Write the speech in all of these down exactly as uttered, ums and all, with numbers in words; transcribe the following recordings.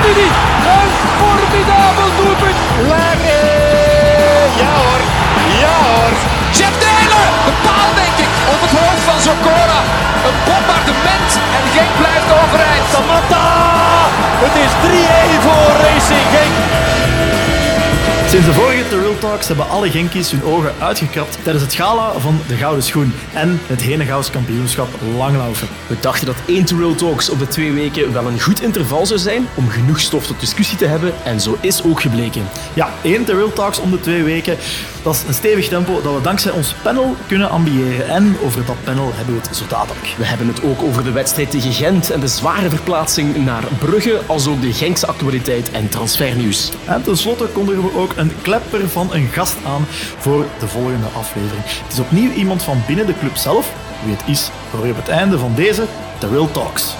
nu niet. Een formidabel doelpunt. Larry. Ja hoor, ja hoor. Jeff Taylor, de paal denk ik, op het hoofd van Zokora. Een bombardement en Genk blijft overeind. Samatta. Het is drie-een voor Racing Genk. Sinds de vorige The Real Talks hebben alle Genkies hun ogen uitgekrapt tijdens het gala van de Gouden Schoen en het Henegouws kampioenschap langlaufen. We dachten dat één The Real Talks op de twee weken wel een goed interval zou zijn om genoeg stof tot discussie te hebben en zo is ook gebleken. Ja, één The Real Talks om de twee weken. Dat is een stevig tempo dat we dankzij ons panel kunnen ambiëren. En over dat panel hebben we het zo dadelijk. We hebben het ook over de wedstrijd tegen Gent en de zware verplaatsing naar Brugge, als ook de Genkse actualiteit en transfernieuws. En tenslotte kondigen we ook een klepper van een gast aan voor de volgende aflevering. Het is opnieuw iemand van binnen de club zelf. Wie het is, hoor je op het einde van deze The Real Talks.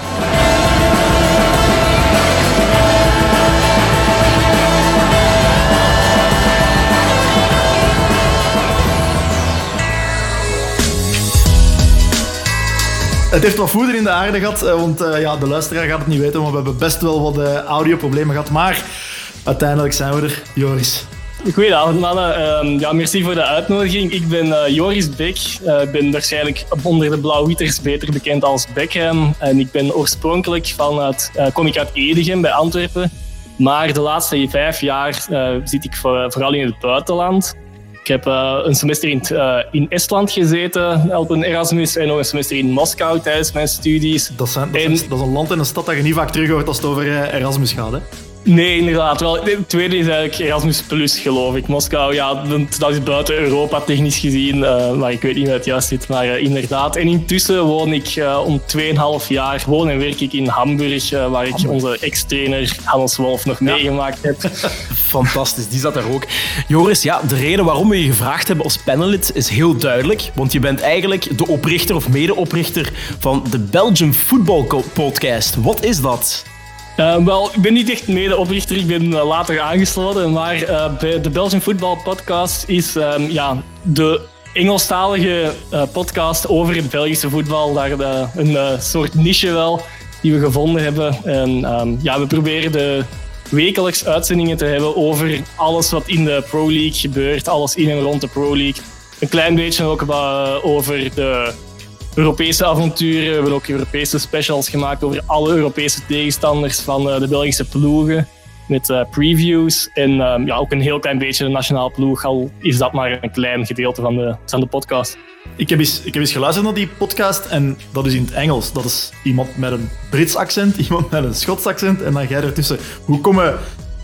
Het heeft wat voeder in de aarde gehad, want uh, ja, de luisteraar gaat het niet weten, maar we hebben best wel wat uh, audioproblemen gehad. Maar uiteindelijk zijn we er. Joris. Goedenavond mannen. Uh, ja, merci voor de uitnodiging. Ik ben uh, Joris Beck. Uh, ik ben waarschijnlijk onder de Blauw-Witters beter bekend als Beckham. En ik ben oorspronkelijk vanuit, uh, kom ik uit Edegem bij Antwerpen. Maar de laatste vijf jaar uh, zit ik voor, vooral in het buitenland. Ik heb uh, een semester in, uh, in Estland gezeten op een Erasmus en nog een semester in Moskou tijdens mijn studies. Dat, zijn, dat, en... zijn, dat is een land en een stad dat je niet vaak terug hoort als het over uh, Erasmus gaat, hè? Nee, inderdaad. Wel, het tweede is eigenlijk Erasmus Plus, geloof ik. Moskou, ja, dat is buiten Europa technisch gezien, uh, maar ik weet niet hoe het juist zit. Maar uh, inderdaad. En intussen woon ik uh, om tweeënhalf jaar, woon en werk ik in Hamburg, uh, waar ik Hamburg. onze ex-trainer Hannes Wolf nog ja. meegemaakt heb. Fantastisch, die zat daar ook. Joris, ja, de reden waarom we je gevraagd hebben als panelid is heel duidelijk, want je bent eigenlijk de oprichter of medeoprichter van de Belgian Football Podcast. Wat is dat? Uh, wel, ik ben niet echt medeoprichter, ik ben uh, later aangesloten, maar uh, bij de Belgian Football Podcast is um, ja, de Engelstalige uh, podcast over het Belgische voetbal. Daar uh, een uh, soort niche wel die we gevonden hebben. En um, ja, we proberen de wekelijks uitzendingen te hebben over alles wat in de Pro League gebeurt, alles in en rond de Pro League. Een klein beetje ook uh, over de Europese avonturen. We hebben ook Europese specials gemaakt over alle Europese tegenstanders van uh, de Belgische ploegen. Met uh, previews en uh, ja, ook een heel klein beetje de nationale ploeg. Al is dat maar een klein gedeelte van de, van de podcast. Ik heb, eens, ik heb eens geluisterd naar die podcast en dat is in het Engels. Dat is iemand met een Brits accent, iemand met een Schots accent en dan jij ertussen. Hoe komen...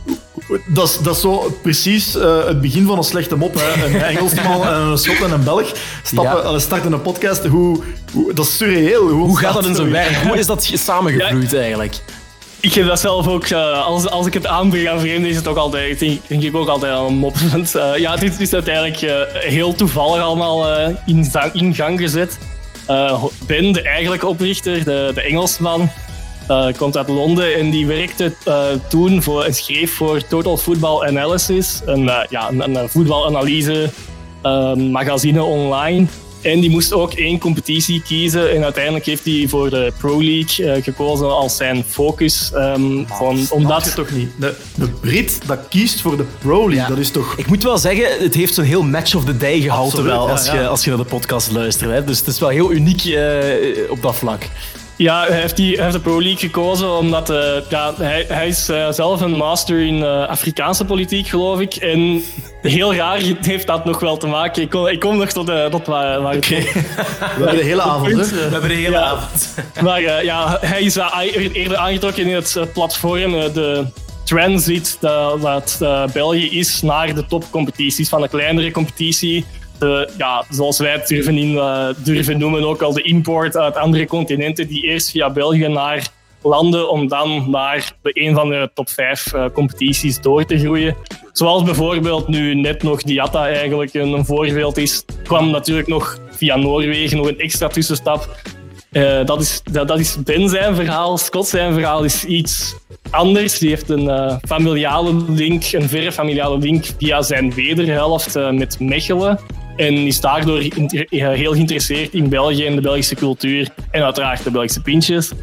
Dat is, dat is zo precies uh, het begin van een slechte mop. Hè. Een Engelsman, een Schot en een Belg stappen, ja. starten een podcast. Hoe, hoe, dat is surreëel. Hoe, hoe gaat dat in zijn werk? Hoe is dat samengevloeid ja. eigenlijk? Ik heb dat zelf ook, uh, als, als ik het aanbreng aan vreemden, is het ook altijd, denk, denk ik ook altijd aan een mop. Want, uh, ja, dit is uiteindelijk uh, heel toevallig allemaal uh, in, in gang gezet. Uh, Ben, de eigenlijke oprichter, de, de Engelsman, Uh, komt uit Londen en die werkte uh, toen voor, en schreef voor Total Football Analysis, een, uh, ja, een, een voetbalanalyse uh, magazine online. En die moest ook één competitie kiezen en uiteindelijk heeft hij voor de Pro League uh, gekozen als zijn focus. Um, oh, van, omdat... je toch niet? De, de Brit dat kiest voor de Pro League, ja. dat is toch... Ik moet wel zeggen, het heeft zo'n heel match of the day gehalte Absoluut, wel ja, als, ja. Je, als je naar de podcast luistert. Hè? Dus het is wel heel uniek uh, op dat vlak. Ja, hij heeft, die, hij heeft de Pro League gekozen omdat uh, ja, hij, hij is uh, zelf een master in uh, Afrikaanse politiek, geloof ik. En heel raar heeft dat nog wel te maken. Ik kom, ik kom nog tot, uh, tot waar, waar okay. We hebben de hele avond, hè? We hebben de hele ja. avond. Maar uh, ja, hij is uh, eerder aangetrokken in het uh, platform, uh, de transit dat, dat uh, België is naar de topcompetities van de kleinere competitie. De, ja, zoals wij het durven, in, uh, durven noemen, ook al de import uit andere continenten die eerst via België naar landen om dan naar de een van de top vijf uh, competities door te groeien. Zoals bijvoorbeeld nu net nog Diatta eigenlijk een, een voorbeeld is. kwam natuurlijk nog via Noorwegen nog een extra tussenstap. Uh, dat, is, dat, dat is Ben zijn verhaal. Scott zijn verhaal is iets anders. Die heeft een uh, familiale link, een verre familiale link via zijn wederhelft uh, met Mechelen. En is daardoor inter- heel geïnteresseerd in België en de Belgische cultuur. En uiteraard de Belgische pintjes.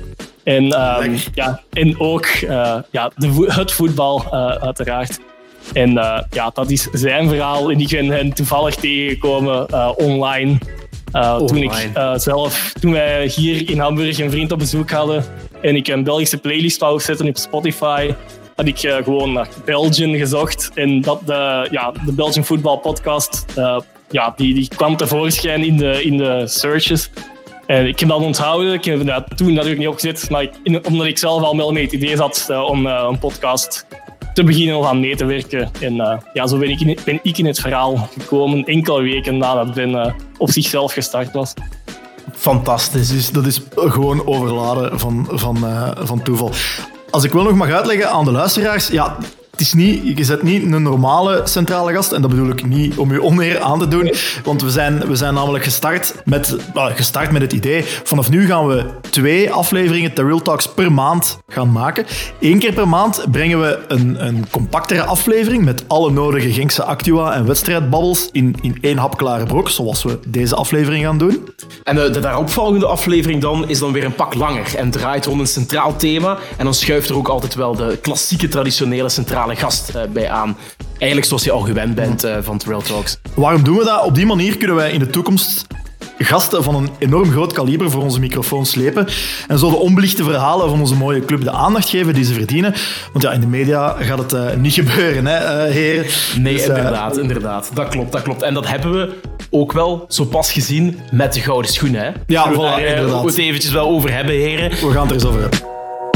En, um, ja, en ook uh, ja, de vo- het voetbal, uh, uiteraard. En uh, ja, dat is zijn verhaal. En ik ben hen toevallig tegengekomen uh, online. Uh, toen ik uh, zelf, toen wij hier in Hamburg een vriend op bezoek hadden en ik een Belgische playlist wou zetten op Spotify, had ik uh, gewoon naar Belgian gezocht. En dat de, ja, de Belgian Football Podcast, uh, ja, die, die kwam tevoorschijn in de, in de searches. En ik heb dat onthouden. Ik heb dat toen natuurlijk niet opgezet, maar ik, in, omdat ik zelf al wel met het idee zat uh, om uh, een podcast te beginnen of aan mee te werken. En uh, ja, zo ben ik, in, ben ik in het verhaal gekomen, enkele weken nadat Ben uh, op zichzelf gestart was. Fantastisch. Dus dat is gewoon overladen van, van, uh, van toeval. Als ik wel nog mag uitleggen aan de luisteraars, ja, het is niet, je zet niet een normale centrale gast, en dat bedoel ik niet om u oneer aan te doen, want we zijn, we zijn namelijk gestart met, well, gestart met het idee, vanaf nu gaan we twee afleveringen The Real Talks per maand gaan maken. Eén keer per maand brengen we een, een compactere aflevering met alle nodige Genkse actua en wedstrijdbabbels in, in één hapklare brok, zoals we deze aflevering gaan doen. En de, de daaropvolgende aflevering dan is dan weer een pak langer en draait rond een centraal thema. En dan schuift er ook altijd wel de klassieke traditionele centrale gast uh, bij aan. Eigenlijk zoals je al gewend bent uh, van Real Talks. Waarom doen we dat? Op die manier kunnen wij in de toekomst gasten van een enorm groot kaliber voor onze microfoon slepen en zo de onbelichte verhalen van onze mooie club de aandacht geven die ze verdienen. Want ja, in de media gaat het uh, niet gebeuren, hè, uh, heren. Nee, dus, inderdaad, uh, inderdaad. Dat klopt, dat klopt. En dat hebben we ook wel zo pas gezien met de gouden schoenen. Hè? Ja, Zullen we voilà, daar, uh, inderdaad. we het eventjes wel over hebben, heren. We gaan het er eens over hebben.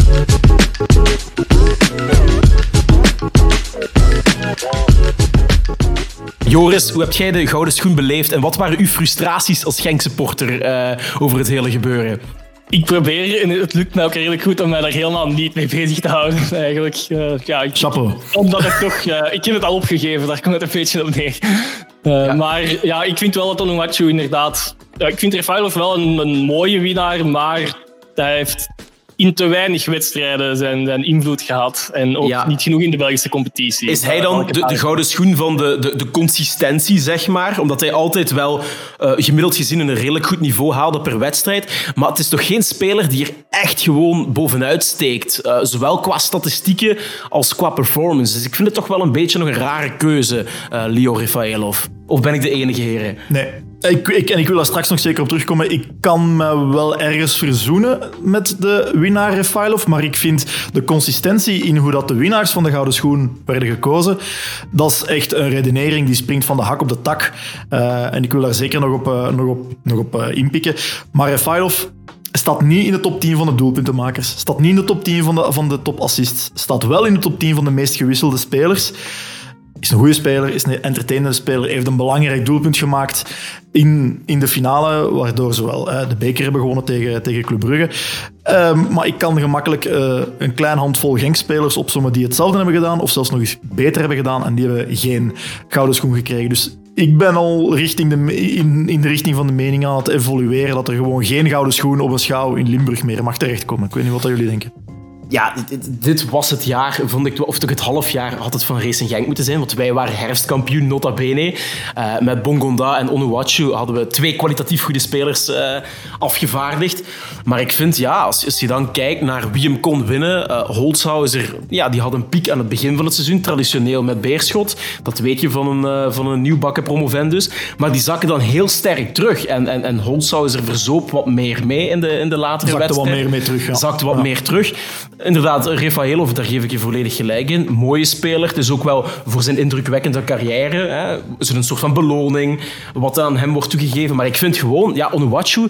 Joris, hoe heb jij de gouden schoen beleefd en wat waren uw frustraties als Genk-supporter uh, over het hele gebeuren? Ik probeer, en het lukt mij ook redelijk goed om mij daar helemaal niet mee bezig te houden, eigenlijk. Uh, ja, ik, Chapeau. Omdat ik toch... Uh, ik heb het al opgegeven, daar komt het een beetje op neer. Uh, ja. Maar ja, ik vind wel dat Onuachu inderdaad... Uh, ik vind Refailov wel een, een mooie winnaar, maar hij heeft in te weinig wedstrijden zijn, zijn invloed gehad. En ook ja. niet genoeg in de Belgische competitie. Is hij dan de, de gouden schoen van de, de, de consistentie, zeg maar? Omdat hij altijd wel uh, gemiddeld gezien een redelijk goed niveau haalde per wedstrijd. Maar het is toch geen speler die er echt gewoon bovenuit steekt. Uh, zowel qua statistieken als qua performance. Dus ik vind het toch wel een beetje nog een rare keuze, uh, Leo Refailov. Of ben ik de enige, heren? Nee. Ik, ik, en ik wil daar straks nog zeker op terugkomen. Ik kan me wel ergens verzoenen met de winnaar Refailov, maar ik vind de consistentie in hoe dat de winnaars van de Gouden Schoen werden gekozen, dat is echt een redenering die springt van de hak op de tak. Uh, en ik wil daar zeker nog op, uh, nog op, nog op uh, inpikken. Maar Refailov staat niet in de top tien van de doelpuntenmakers. Staat niet in de top tien van de, van de top assists. Staat wel in de top tien van de meest gewisselde spelers. Is een goede speler, is een entertainende speler, heeft een belangrijk doelpunt gemaakt in, in de finale, waardoor ze wel uh, de beker hebben gewonnen tegen, tegen Club Brugge. Um, maar ik kan gemakkelijk uh, een klein handvol Genk-spelers opzommen die hetzelfde hebben gedaan, of zelfs nog eens beter hebben gedaan, en die hebben geen gouden schoen gekregen. Dus ik ben al richting de, in, in de richting van de mening aan het evolueren dat er gewoon geen gouden schoen op een schouw in Limburg meer mag terechtkomen. Ik weet niet wat jullie denken. Ja, dit, dit was het jaar, vond ik, of toch het halfjaar had het van Racing Genk moeten zijn, want wij waren herfstkampioen, nota bene. Uh, met Bongonda en Onuachu hadden we twee kwalitatief goede spelers uh, afgevaardigd. Maar ik vind, ja, als, als je dan kijkt naar wie hem kon winnen, uh, Holzhauser, ja, die had een piek aan het begin van het seizoen, traditioneel met Beerschot. Dat weet je van een, uh, van een nieuwbakken promovendus. Maar die zakken dan heel sterk terug. En, en, en Holzhauser verzoop wat meer mee in de, in de latere Zakte wedstrijd. wat meer mee terug, ja. Zakte wat ja. meer terug. Inderdaad, Refailov, daar geef ik je volledig gelijk in. Mooie speler. Het is ook wel voor zijn indrukwekkende carrière. Hè. Is er een soort van beloning wat aan hem wordt toegegeven. Maar ik vind gewoon, ja, Onuachu,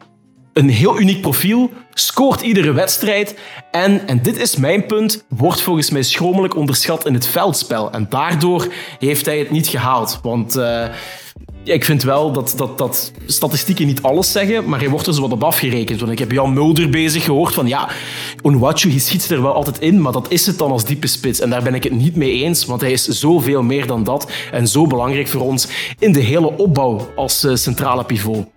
een heel uniek profiel, scoort iedere wedstrijd. En, en dit is mijn punt, wordt volgens mij schromelijk onderschat in het veldspel. En daardoor heeft hij het niet gehaald. Want... Uh, Ja, ik vind wel dat, dat, dat statistieken niet alles zeggen, maar hij wordt er zo wat op afgerekend. Want ik heb Jan Mulder bezig gehoord van ja, Onuachu schiet er wel altijd in, maar dat is het dan als diepe spits. En daar ben ik het niet mee eens, want hij is zoveel meer dan dat en zo belangrijk voor ons in de hele opbouw als uh, centrale pivot.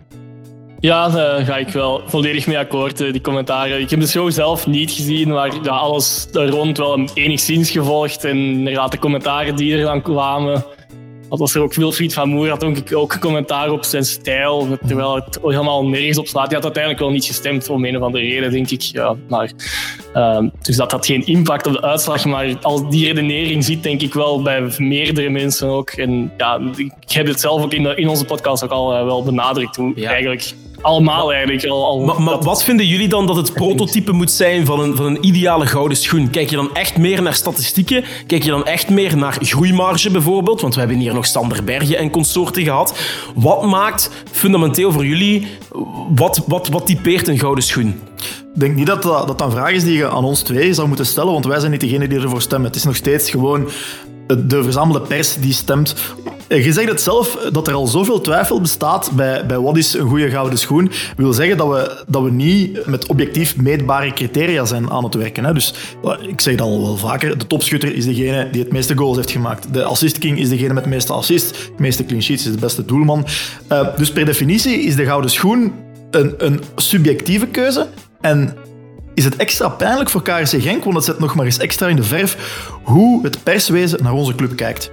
Ja, daar ga ik wel volledig mee akkoord, die commentaren. Ik heb de show zelf niet gezien, maar ja, alles er rond wel enigszins gevolgd. En inderdaad, de commentaren die er dan kwamen... Dat was er ook Wilfried van Moer, had ook, ook commentaar op zijn stijl, terwijl het helemaal nergens op slaat. Die had uiteindelijk wel niet gestemd, om een of andere reden, denk ik. Ja, maar, uh, dus dat had geen impact op de uitslag, maar al die redenering zit denk ik wel bij meerdere mensen ook. En ja, ik heb het zelf ook in, de, in onze podcast ook al uh, wel benadrukt, hoe ja. eigenlijk... Allemaal eigenlijk. Al, al maar maar wat vinden jullie dan dat het prototype moet zijn van een, van een ideale gouden schoen? Kijk je dan echt meer naar statistieken? Kijk je dan echt meer naar groeimarge bijvoorbeeld? Want we hebben hier nog Sander Bergen en consorten gehad. Wat maakt fundamenteel voor jullie, wat, wat, wat typeert een gouden schoen? Ik denk niet dat dat, dat een vraag is die je aan ons twee zou moeten stellen, want wij zijn niet degene die ervoor stemmen. Het is nog steeds gewoon de verzamelde pers die stemt. Je zegt het zelf, dat er al zoveel twijfel bestaat bij, bij wat is een goede gouden schoen. wil zeggen dat we, dat we niet met objectief meetbare criteria zijn aan het werken. Hè. Dus ik zeg dat al wel vaker, de topschutter is degene die het meeste goals heeft gemaakt. De assist-king is degene met de meeste assists. De meeste clean sheets is de beste doelman. Uh, dus per definitie is de gouden schoen een, een subjectieve keuze. En is het extra pijnlijk voor K R C Genk, want het zet nog maar eens extra in de verf hoe het perswezen naar onze club kijkt.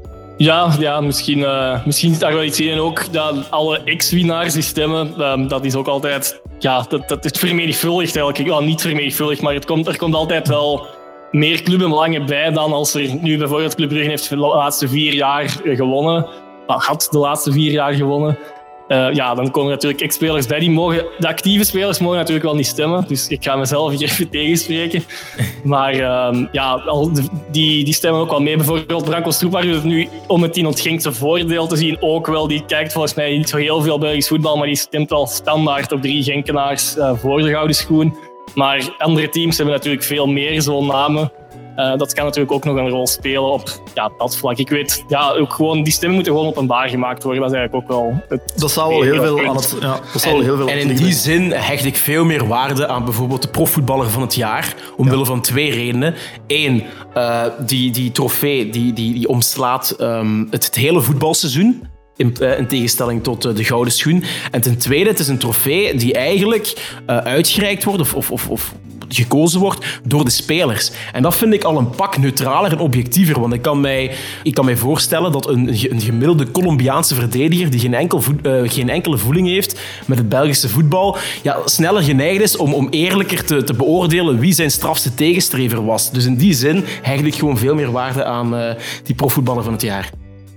Ja, ja misschien, uh, misschien is daar wel iets in. En ook dat alle ex-winnaars die stemmen, um, dat is ook altijd... Ja, dat, dat is vermenigvuldigd eigenlijk. Ja, niet vermenigvuldigd, maar het komt, er komt altijd wel meer clubbelangen bij dan als er nu bijvoorbeeld Club Brugge heeft de laatste vier jaar gewonnen. Had de laatste vier jaar gewonnen. Uh, ja, dan komen er natuurlijk ex-spelers bij. Die mogen, de actieve spelers mogen natuurlijk wel niet stemmen. Dus ik ga mezelf hier even tegenspreken. Maar uh, ja, al die, die stemmen ook wel mee. Bijvoorbeeld Branko Stroepar doet het nu om het in het Genkse voordeel te zien ook wel. Die kijkt volgens mij niet zo heel veel Belgisch voetbal, maar die stemt al standaard op drie Genkenaars uh, voor de gouden schoen. Maar andere teams hebben natuurlijk veel meer zo'n namen. Uh, dat kan natuurlijk ook nog een rol spelen op ja, dat vlak. Ik weet, ja, ook gewoon, die stemmen moeten gewoon openbaar gemaakt worden. Dat is eigenlijk ook wel... Het dat zal wel heel veel aan het... Ja, dat zal en, wel heel veel en in die zin hecht ik veel meer waarde aan bijvoorbeeld de profvoetballer van het jaar. Omwille ja. van twee redenen. Eén, uh, die, die trofee die, die, die omslaat um, het, het hele voetbalseizoen. In, uh, in tegenstelling tot uh, de gouden schoen. En ten tweede, het is een trofee die eigenlijk uh, uitgereikt wordt of, of, of, of gekozen wordt door de spelers. En dat vind ik al een pak neutraler en objectiever. Want ik kan mij, ik kan mij voorstellen dat een, een gemiddelde Colombiaanse verdediger die geen, enkel voet, uh, geen enkele voeling heeft met het Belgische voetbal, ja, sneller geneigd is om, om eerlijker te, te beoordelen wie zijn strafste tegenstrever was. Dus in die zin hecht ik gewoon veel meer waarde aan uh, die profvoetballer van het jaar.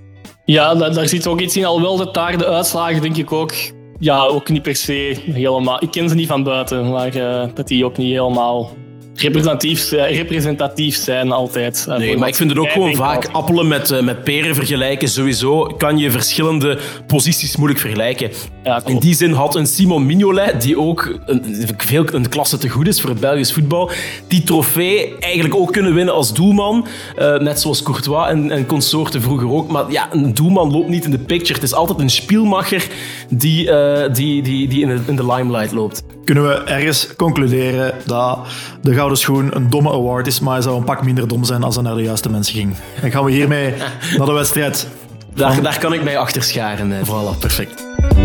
Ja, daar, daar zit ook iets in. Alhoewel dat daar de uitslagen, denk ik ook, ja, ook niet per se helemaal... Ik ken ze niet van buiten, maar uh, dat die ook niet helemaal representatief, representatief zijn altijd. Uh, nee, maar ik vind het ook gewoon vaak dat... appelen met, uh, met peren vergelijken. Sowieso kan je verschillende posities moeilijk vergelijken. Ja, in die zin had een Simon Mignolet, die ook een, veel, een klasse te goed is voor het Belgisch voetbal, die trofee eigenlijk ook kunnen winnen als doelman. Uh, net zoals Courtois en, en consorten vroeger ook. Maar ja, een doelman loopt niet in de picture. Het is altijd een spielmacher die, uh, die, die, die in, de, in de limelight loopt. Kunnen we ergens concluderen dat de Gouden Schoen een domme award is, maar hij zou een pak minder dom zijn als hij naar de juiste mensen ging. Dan gaan we hiermee naar de wedstrijd. Daar, van... daar kan ik mij achter scharen. Hè. Voilà, perfect.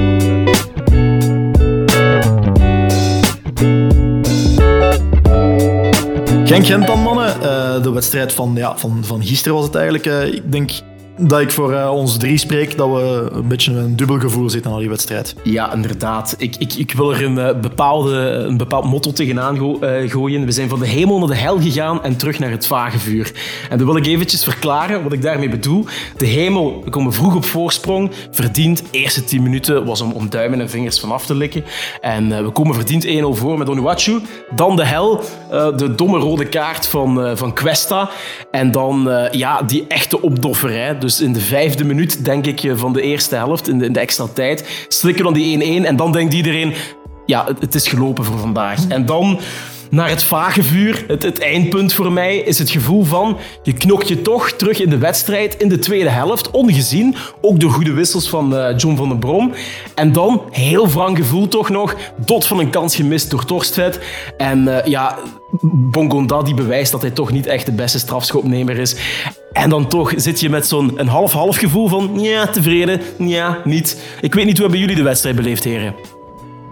Genk-Gent dan, mannen. Uh, de wedstrijd van, ja, van, van gisteren was het eigenlijk. Uh, ik denk dat ik voor uh, ons drie spreek, dat we een beetje een dubbel gevoel zitten aan die wedstrijd. Ja, inderdaad. Ik, ik, ik wil er een, uh, bepaalde, een bepaald motto tegenaan go- uh, gooien. We zijn van de hemel naar de hel gegaan en terug naar het vagevuur. En dat wil ik eventjes verklaren wat ik daarmee bedoel. De hemel, we komen vroeg op voorsprong, verdiend. De eerste tien minuten was om, om duimen en vingers vanaf te likken. En uh, we komen verdiend één nul voor met Onuachu. Dan de hel, uh, de domme rode kaart van, uh, van Cuesta. En dan uh, ja, die echte opdofferij. Dus in de vijfde minuut, denk ik, van de eerste helft, in de, in de extra tijd, slikken dan die één één. En dan denkt iedereen, ja, het, het is gelopen voor vandaag. En dan naar het vagevuur. Het, het eindpunt voor mij is het gevoel van, je knokt je toch terug in de wedstrijd in de tweede helft, ongezien. Ook door goede wissels van uh, John van den Brom. En dan, heel wrang gevoel toch nog, dot van een kans gemist door Torstvedt. En uh, ja, Bongonda die bewijst dat hij toch niet echt de beste strafschopnemer is. En dan toch zit je met zo'n een half-half gevoel van, ja, tevreden, ja, niet. Ik weet niet, hoe hebben jullie de wedstrijd beleefd, heren?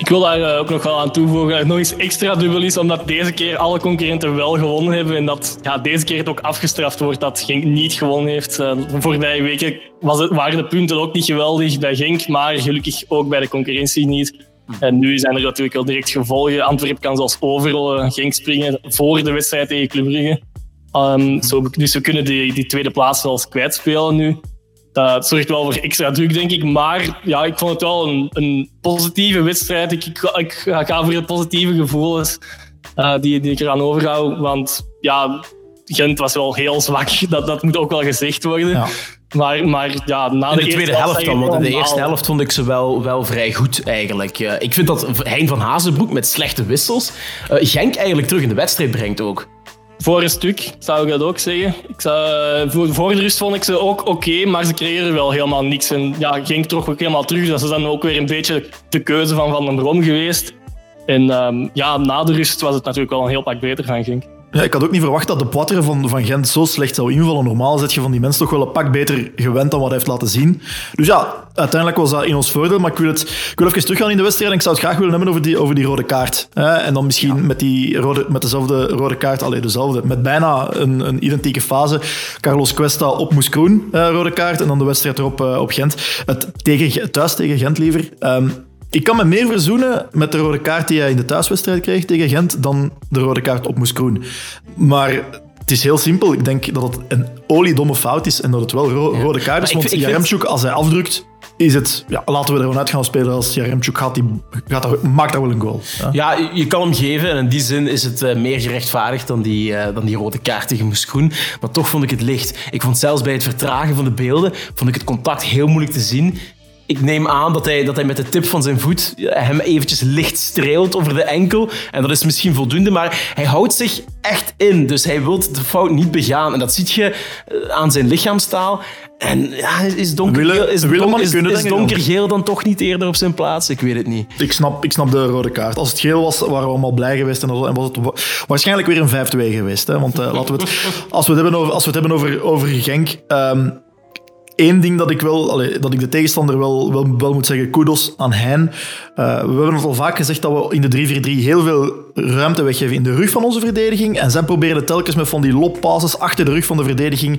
Ik wil daar uh, ook nog wel aan toevoegen dat het nog eens extra dubbel is, omdat deze keer alle concurrenten wel gewonnen hebben en dat ja, deze keer het ook afgestraft wordt dat Genk niet gewonnen heeft. Uh, de vorige weken was het, waren de punten ook niet geweldig bij Genk, maar gelukkig ook bij de concurrentie niet. En nu zijn er natuurlijk wel direct gevolgen. Antwerpen kan zelfs over uh, Genk springen voor de wedstrijd tegen Club Brugge. Um, zo, dus we kunnen die, die tweede plaats zelfs kwijtspelen nu. Dat zorgt wel voor extra druk, denk ik. Maar ja, ik vond het wel een, een positieve wedstrijd. Ik, ik, ik ga voor de positieve gevoelens uh, die, die ik eraan overhoud. Want ja, Gent was wel heel zwak. Dat, dat moet ook wel gezegd worden. Ja. Maar, maar ja, na de, de tweede helft dan, want in de eerste helft vond ik ze wel, wel vrij goed eigenlijk. Uh, ik vind dat Hein van Hazenbroek met slechte wissels uh, Genk eigenlijk terug in de wedstrijd brengt ook. Voor een stuk zou ik dat ook zeggen. Ik zou, voor, voor de rust vond ik ze ook oké, okay, maar ze creëren wel helemaal niks. En ja, Genk trok ook helemaal terug. Dat is dan ook weer een beetje de keuze van Van den Brom geweest. En um, ja, na de rust was het natuurlijk wel een heel pak beter van Genk. Ja, ik had ook niet verwacht dat de Poitre van, van Gent zo slecht zou invallen. Normaal zet je van die mensen toch wel een pak beter gewend dan wat hij heeft laten zien. Dus ja, uiteindelijk was dat in ons voordeel. Maar ik wil, het, ik wil even teruggaan in de wedstrijd en ik zou het graag willen hebben over die, over die rode kaart. Eh, en dan misschien ja. met, die rode, met dezelfde rode kaart, allee, dezelfde, met bijna een, een identieke fase. Carlos Cuesta op Moeskroen, eh, rode kaart. En dan de wedstrijd erop uh, op Gent. Het, tegen, thuis tegen Gent liever. Um, Ik kan me meer verzoenen met de rode kaart die hij in de thuiswedstrijd kreeg tegen Gent dan de rode kaart op Moeskroen. Maar het is heel simpel. Ik denk dat het een oliedomme fout is en dat het wel ro- rode kaart is. Want Jaremchuk, als hij afdrukt, is het... Ja, laten we ervan uit gaan spelen als Jaremchuk gaat, die, gaat dat, maakt dat wel een goal. Ja. ja, je kan hem geven en in die zin is het uh, meer gerechtvaardigd dan die, uh, dan die rode kaart tegen Moeskroen. Maar toch vond ik het licht. Ik vond zelfs bij het vertragen van de beelden vond ik het contact heel moeilijk te zien. Ik neem aan dat hij, dat hij met de tip van zijn voet hem eventjes licht streelt over de enkel. En dat is misschien voldoende, maar hij houdt zich echt in. Dus hij wil de fout niet begaan. En dat zie je aan zijn lichaamstaal. En ja, is, donker, Willem, is, Willem, donker, is, kunnen, is donkergeel dan toch niet eerder op zijn plaats? Ik weet het niet. Ik snap, ik snap de rode kaart. Als het geel was, waren we allemaal blij geweest. En was het waarschijnlijk weer een vijf twee geweest. Hè? Want uh, laten we het, als we het hebben over, als we het hebben over, over Genk... Um, Eén ding dat ik, wel, allee, dat ik de tegenstander wel, wel, wel moet zeggen, kudos aan Hein. Uh, we hebben het al vaak gezegd dat we in de drie vier drie heel veel ruimte weggeven in de rug van onze verdediging. En zij proberen telkens met van die loppasses achter de rug van de verdediging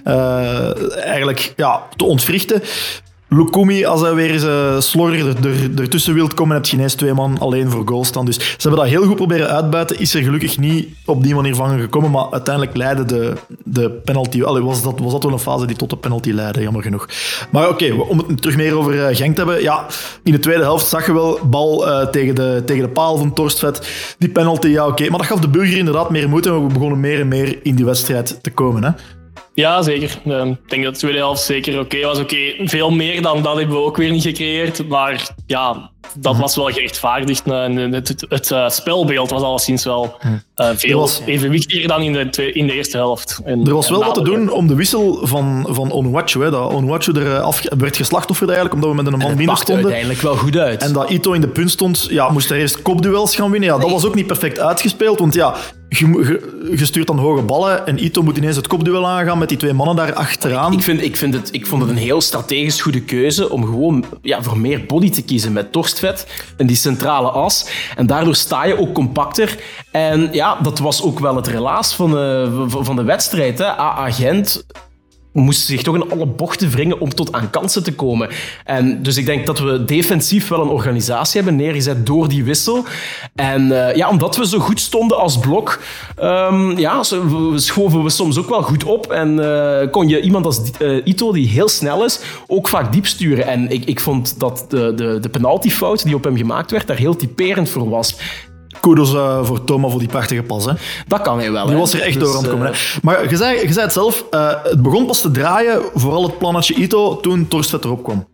uh, eigenlijk ja, te ontwrichten. Lukumi, als hij weer eens uh, slorrig er, er, ertussen wilt komen, heb je ineens twee man alleen voor goal staan. Dus ze hebben dat heel goed proberen uitbuiten. Is er gelukkig niet op die manier van gekomen, maar uiteindelijk leidde de, de penalty... Allee, was, dat, was dat wel een fase die tot de penalty leidde, jammer genoeg. Maar oké, okay, om het terug meer over uh, Genk te hebben. Ja, in de tweede helft zag je wel bal uh, tegen, de, tegen de paal van Torstvet. Die penalty, ja oké. Okay. Maar dat gaf de Burger inderdaad meer moed en we begonnen meer en meer in die wedstrijd te komen, hè. Ja, zeker. Uh, ik denk dat de tweede helft zeker oké okay was. Oké, okay, veel meer dan dat hebben we ook weer niet gecreëerd. Maar ja, dat was wel gerechtvaardigd. Uh, het het, het uh, spelbeeld was alleszins wel uh, veel was, evenwichtiger dan in de, twee, in de eerste helft. En, er was wel wat te doen om de wissel van, van Onuachu. Hè, dat Onuachu er af, werd geslachtofferd eigenlijk, omdat we met een man minder stonden. Uiteindelijk wel goed uit. En dat Ito in de punt stond, ja, moest hij eerst kopduels gaan winnen. Ja, dat was ook niet perfect uitgespeeld, want ja... Je, je, je stuurt dan hoge ballen en Ito moet ineens het kopduel aangaan met die twee mannen daar achteraan. Ik, vind, ik, vind het, ik vond het een heel strategisch goede keuze om gewoon ja, voor meer body te kiezen met Torstvet en die centrale as. En daardoor sta je ook compacter. En ja, dat was ook wel het relaas van de, van de wedstrijd. Hè. A A Gent moesten zich toch in alle bochten wringen om tot aan kansen te komen. En dus ik denk dat we defensief wel een organisatie hebben neergezet door die wissel. En uh, ja, omdat we zo goed stonden als blok, um, ja, schoven we soms ook wel goed op. En uh, kon je iemand als uh, Ito, die heel snel is, ook vaak diep sturen. En ik, ik vond dat de, de, de penaltyfout die op hem gemaakt werd, daar heel typerend voor was. Kudos uh, voor Thomas voor die prachtige pas. Hè. Dat kan hij wel. Die hè. was er echt dus, door aan het komen. Uh... Hè. Maar je zei, je zei het zelf, uh, het begon pas te draaien, vooral het plannetje Ito, toen Torstvet erop kwam.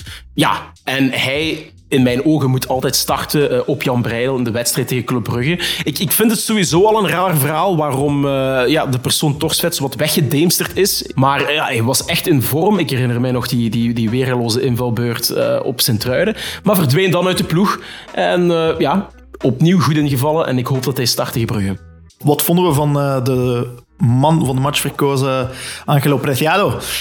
Ja, en hij... in mijn ogen moet altijd starten uh, op Jan Breidel in de wedstrijd tegen Club Brugge. Ik, ik vind het sowieso al een raar verhaal waarom uh, ja, de persoon Torstvet wat weggedemsterd is. Maar uh, ja, hij was echt in vorm. Ik herinner mij nog die, die, die weerloze invalbeurt uh, op Sint-Truiden. Maar verdween dan uit de ploeg. En uh, ja, opnieuw goed ingevallen. En ik hoop dat hij start tegen Brugge. Wat vonden we van uh, de man van de match verkozen Angelo Preciado?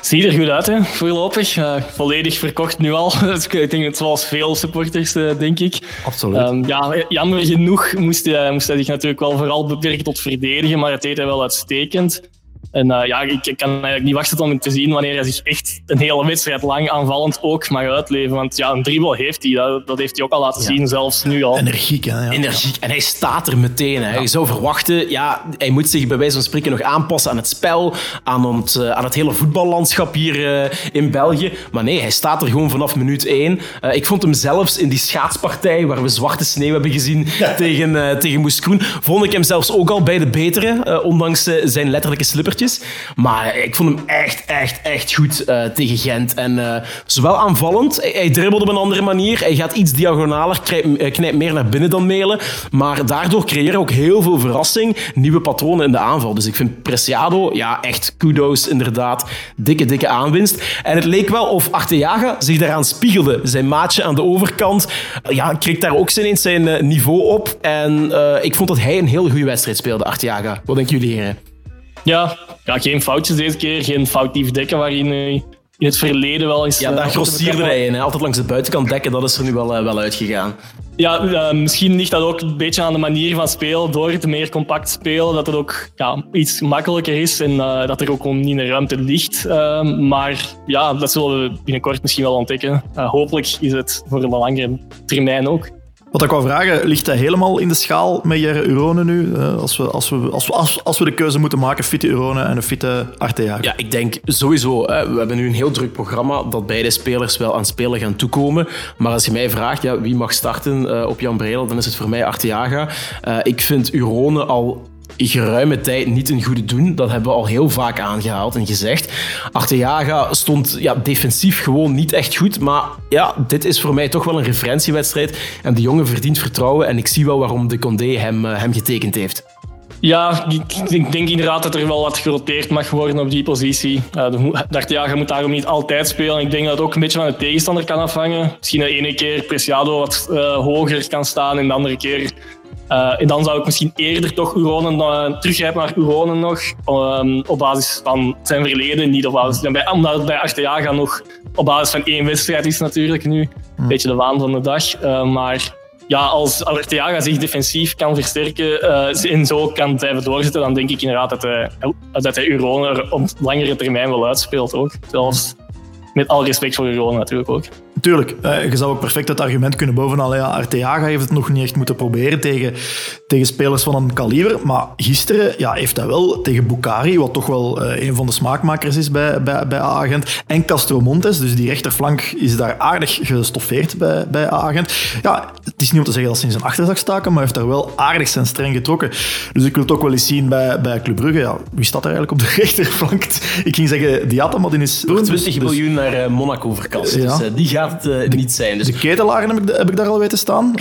Ziet er goed uit, hè? Voorlopig. Uh, volledig verkocht nu al. Ik denk het zoals veel supporters, uh, denk ik. Absoluut. Um, ja, jammer genoeg moest hij, moest hij zich natuurlijk wel vooral beperken tot verdedigen, maar het deed hij wel uitstekend. En uh, ja, ik, ik kan eigenlijk niet wachten om te zien wanneer hij zich echt een hele wedstrijd lang aanvallend ook mag uitleven. Want ja, een dribbel heeft hij. Dat, dat heeft hij ook al laten ja. zien, zelfs nu al. Energiek, hè? Ja. Energiek. En hij staat er meteen. Hè. Ja. Je zou verwachten, ja, hij moet zich bij wijze van spreken nog aanpassen aan het spel, aan het, uh, aan het hele voetballandschap hier uh, in België. Maar nee, hij staat er gewoon vanaf minuut één. Uh, ik vond hem zelfs in die schaatspartij, waar we zwarte sneeuw hebben gezien ja. tegen, uh, tegen Moes Kroen, vond ik hem zelfs ook al bij de betere, uh, ondanks uh, zijn letterlijke slippertjes. Maar ik vond hem echt, echt, echt goed uh, tegen Gent. En uh, zowel aanvallend, hij, hij dribbelt op een andere manier, hij gaat iets diagonaler, knijpt, knijpt meer naar binnen dan Melen, maar daardoor creëren ook heel veel verrassing, nieuwe patronen in de aanval. Dus ik vind Preciado, ja, echt kudos, inderdaad, dikke, dikke aanwinst. En het leek wel of Arteaga zich daaraan spiegelde. Zijn maatje aan de overkant, ja, kreeg daar ook ineens zijn uh, niveau op. En uh, ik vond dat hij een heel goede wedstrijd speelde, Arteaga. Wat denken jullie, heren? Ja, ja, geen foutjes deze keer. Geen foutief dekken waarin uh, in het verleden wel eens... Ja, daar uh, grossierde hij in. Hè. Altijd langs de buitenkant dekken, dat is er nu wel, uh, wel uitgegaan. Ja, uh, misschien ligt dat ook een beetje aan de manier van spelen. Door het meer compact spelen, dat het ook ja, iets makkelijker is en uh, dat er ook niet in de ruimte ligt. Uh, maar ja, dat zullen we binnenkort misschien wel ontdekken. Uh, hopelijk is het voor een langere termijn ook. Wat ik wou vragen, ligt hij helemaal in de schaal met Jere Uronen nu? Als we, als, we, als, we, als, als we de keuze moeten maken, fitte Uronen en een fitte Arteaga. Ja, ik denk sowieso. Hè, we hebben nu een heel druk programma dat beide spelers wel aan spelen gaan toekomen. Maar als je mij vraagt, ja, wie mag starten uh, op Jan Bredel, dan is het voor mij Arteaga. Uh, ik vind Uronen al geruime tijd niet een goede doen. Dat hebben we al heel vaak aangehaald en gezegd. Arteaga stond ja, defensief gewoon niet echt goed. Maar ja, dit is voor mij toch wel een referentiewedstrijd. En de jongen verdient vertrouwen. En ik zie wel waarom de Condé hem, uh, hem getekend heeft. Ja, ik, ik denk inderdaad dat er wel wat geroteerd mag worden op die positie. Uh, de Arteaga moet daarom niet altijd spelen. Ik denk dat het ook een beetje van de tegenstander kan afhangen. Misschien de ene keer Preciado wat uh, hoger kan staan en de andere keer... Uh, en dan zou ik misschien eerder toch Uronen, uh, teruggrijpen naar Uronen nog, um, op basis van zijn verleden, niet op basis, bij, omdat het bij Arteaga nog op basis van één wedstrijd is natuurlijk nu, een beetje de waan van de dag. Uh, maar ja, als Arteaga zich defensief kan versterken uh, en zo kan blijven doorzetten, dan denk ik inderdaad dat hij, dat hij Uronen er op langere termijn wel uitspeelt ook. Zelfs met al respect voor Uronen natuurlijk ook. Tuurlijk, uh, je zou ook perfect het argument kunnen bovenal. Ja, Arteaga heeft het nog niet echt moeten proberen tegen, tegen spelers van een kaliber. Maar gisteren ja, heeft hij wel tegen Bukhari, wat toch wel uh, een van de smaakmakers is bij, bij, bij A-agent. En Castro Montes, dus die rechterflank is daar aardig gestoffeerd bij, bij A-agent. Ja, het is niet om te zeggen dat ze in zijn achterzak staken, maar hij heeft daar wel aardig zijn streng getrokken. Dus ik wil het ook wel eens zien bij, bij Club Brugge. Ja, wie staat er eigenlijk op de rechterflank? Ik ging zeggen Diatta, maar die is... Voor twintig dus, miljoen naar uh, Monaco verkast. Ja. Dus uh, die gaat het uh, niet zijn. Dus. De ketelaar heb ik, heb ik daar al weten staan.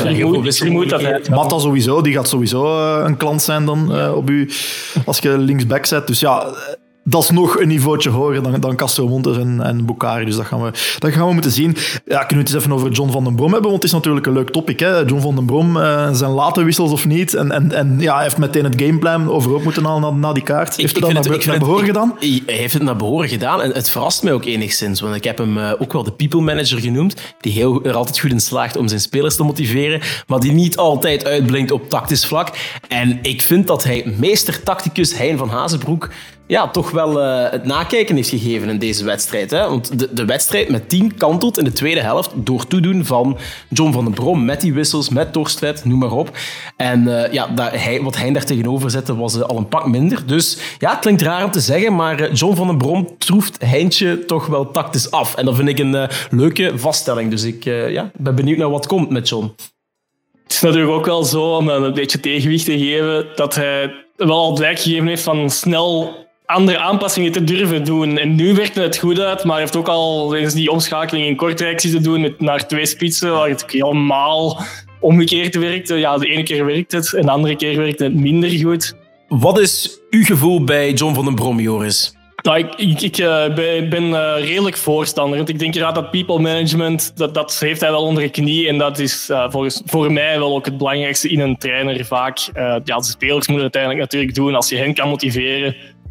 Uh, Matta sowieso, die gaat sowieso uh, een klant zijn dan uh, op u als je linksback zet. Dus ja, dat is nog een niveautje hoger dan, dan Castro Montes en, en Bukhari. Dus dat gaan, we, dat gaan we moeten zien. Ja, kunnen we het eens even over John van den Brom hebben? Want het is natuurlijk een leuk topic. Hè? John van den Brom, uh, zijn late wissels of niet. En, en, en ja, hij heeft meteen het gameplan overhoop moeten halen na, na die kaart. Heeft hij dat naar, het, naar behoren het, gedaan? Hij heeft het naar behoren gedaan. En het verrast mij ook enigszins. Want ik heb hem uh, ook wel de people manager genoemd. Die heel, er altijd goed in slaagt om zijn spelers te motiveren. Maar die niet altijd uitblinkt op tactisch vlak. En ik vind dat hij meester-tacticus Hein van Hazenbroek ja, toch wel uh, het nakijken heeft gegeven in deze wedstrijd. Hè? Want de, de wedstrijd met tien kantelt in de tweede helft door toedoen van John van den Brom met die wissels, met Torstvedt, noem maar op. En uh, ja, dat hij, wat hij daar tegenover zette was uh, al een pak minder. Dus ja, het klinkt raar om te zeggen, maar uh, John van den Brom troeft Heintje toch wel tactisch af. En dat vind ik een uh, leuke vaststelling. Dus ik uh, ja, ben benieuwd naar wat komt met John. Het is natuurlijk ook wel zo, om een beetje tegenwicht te geven, dat hij wel al blijk gegeven heeft van snel andere aanpassingen te durven doen. En nu werkte het goed uit, maar hij heeft ook al eens die omschakeling in Kortrijk zitten doen met naar twee spitsen, waar het helemaal omgekeerd werkte. Ja, de ene keer werkt het en de andere keer werkte het minder goed. Wat is uw gevoel bij John van den Brom, Joris? Nou, ik ik, ik uh, ben, ben uh, redelijk voorstander. Want ik denk inderdaad dat people management, dat, dat heeft hij wel onder de knie. En dat is uh, volgens, voor mij wel ook het belangrijkste in een trainer vaak. Uh, ja, de spelers moeten het uiteindelijk natuurlijk doen. Als je hen kan motiveren,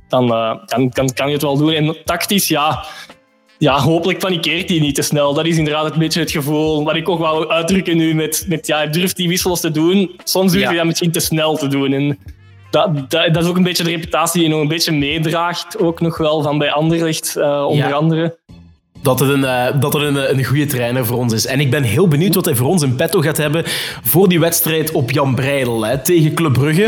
dan, uh, dan kan, kan je het wel doen. En tactisch, ja... Ja, hopelijk panikeert hij niet te snel. Dat is inderdaad een beetje het gevoel wat ik ook wel uitdrukken nu met, met ja, hij durft die wissels te doen. Soms durft hij ja. dat misschien te snel te doen. En dat, dat, dat is ook een beetje de reputatie die nog een beetje meedraagt, ook nog wel van bij Anderlecht, uh, onder ja. andere. Dat het, een, uh, dat het een, een goede trainer voor ons is. En ik ben heel benieuwd wat hij voor ons in petto gaat hebben voor die wedstrijd op Jan Breidel hè, tegen Club Brugge.